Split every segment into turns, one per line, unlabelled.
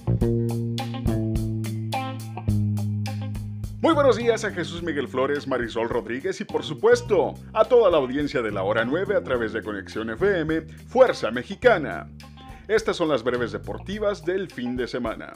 Muy buenos días a Jesús Miguel Flores, Marisol Rodríguez y por supuesto a toda la audiencia de la hora 9 a través de Conexión FM, Fuerza Mexicana. Estas son las breves deportivas del fin de semana.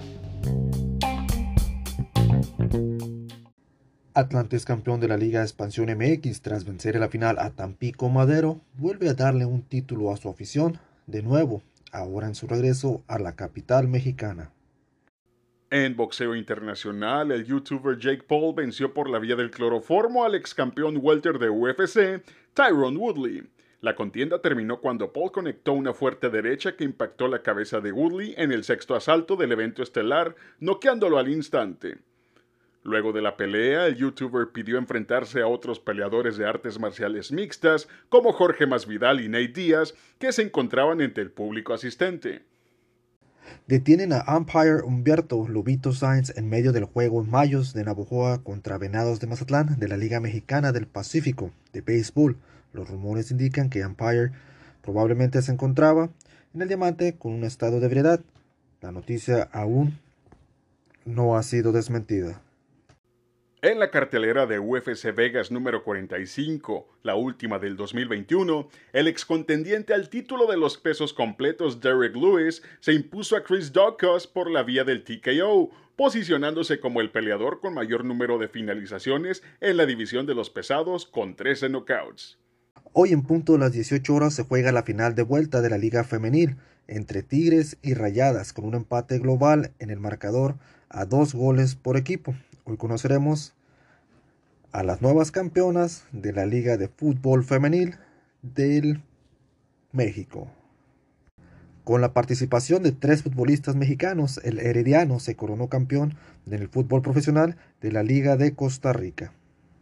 Atlantes, campeón de la Liga Expansión MX tras vencer en la final a Tampico Madero, vuelve a darle un título a su afición, de nuevo, ahora en su regreso a la capital mexicana.
En boxeo internacional, el youtuber Jake Paul venció por la vía del cloroformo al ex campeón welter de UFC, Tyron Woodley. La contienda terminó cuando Paul conectó una fuerte derecha que impactó la cabeza de Woodley en el sexto asalto del evento estelar, noqueándolo al instante. Luego de la pelea, el youtuber pidió enfrentarse a otros peleadores de artes marciales mixtas como Jorge Masvidal y Nate Diaz, que se encontraban entre el público asistente.
Detienen a umpire Humberto Lobito Sainz en medio del juego en Mayos de Navojoa contra Venados de Mazatlán de la Liga Mexicana del Pacífico de béisbol. Los rumores indican que umpire probablemente se encontraba en el Diamante con un estado de ebriedad. La noticia aún no ha sido desmentida.
En la cartelera de UFC Vegas número 45, la última del 2021, el ex contendiente al título de los pesos completos Derek Lewis se impuso a Chris Daukaus por la vía del TKO, posicionándose como el peleador con mayor número de finalizaciones en la división de los pesados con 13 knockouts.
Hoy en punto de las 18 horas se juega la final de vuelta de la Liga Femenil entre Tigres y Rayadas con un empate global en el marcador a 2 goles por equipo. Hoy conoceremos a las nuevas campeonas de la Liga de Fútbol Femenil del México. Con la participación de 3 futbolistas mexicanos, el Herediano se coronó campeón del fútbol profesional de la Liga de Costa Rica.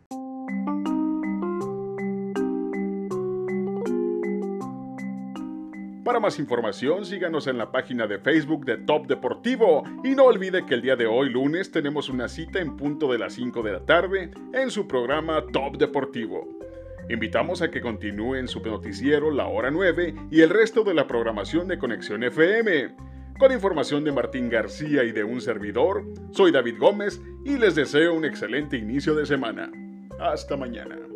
Para más información, síganos en la página de Facebook de Top Deportivo y no olvide que el día de hoy, lunes, tenemos una cita en punto de las 5 de la tarde en su programa Top Deportivo. Invitamos a que continúe en su noticiero La Hora 9 y el resto de la programación de Conexión FM. Con información de Martín García y de un servidor, soy David Gómez y les deseo un excelente inicio de semana. Hasta mañana.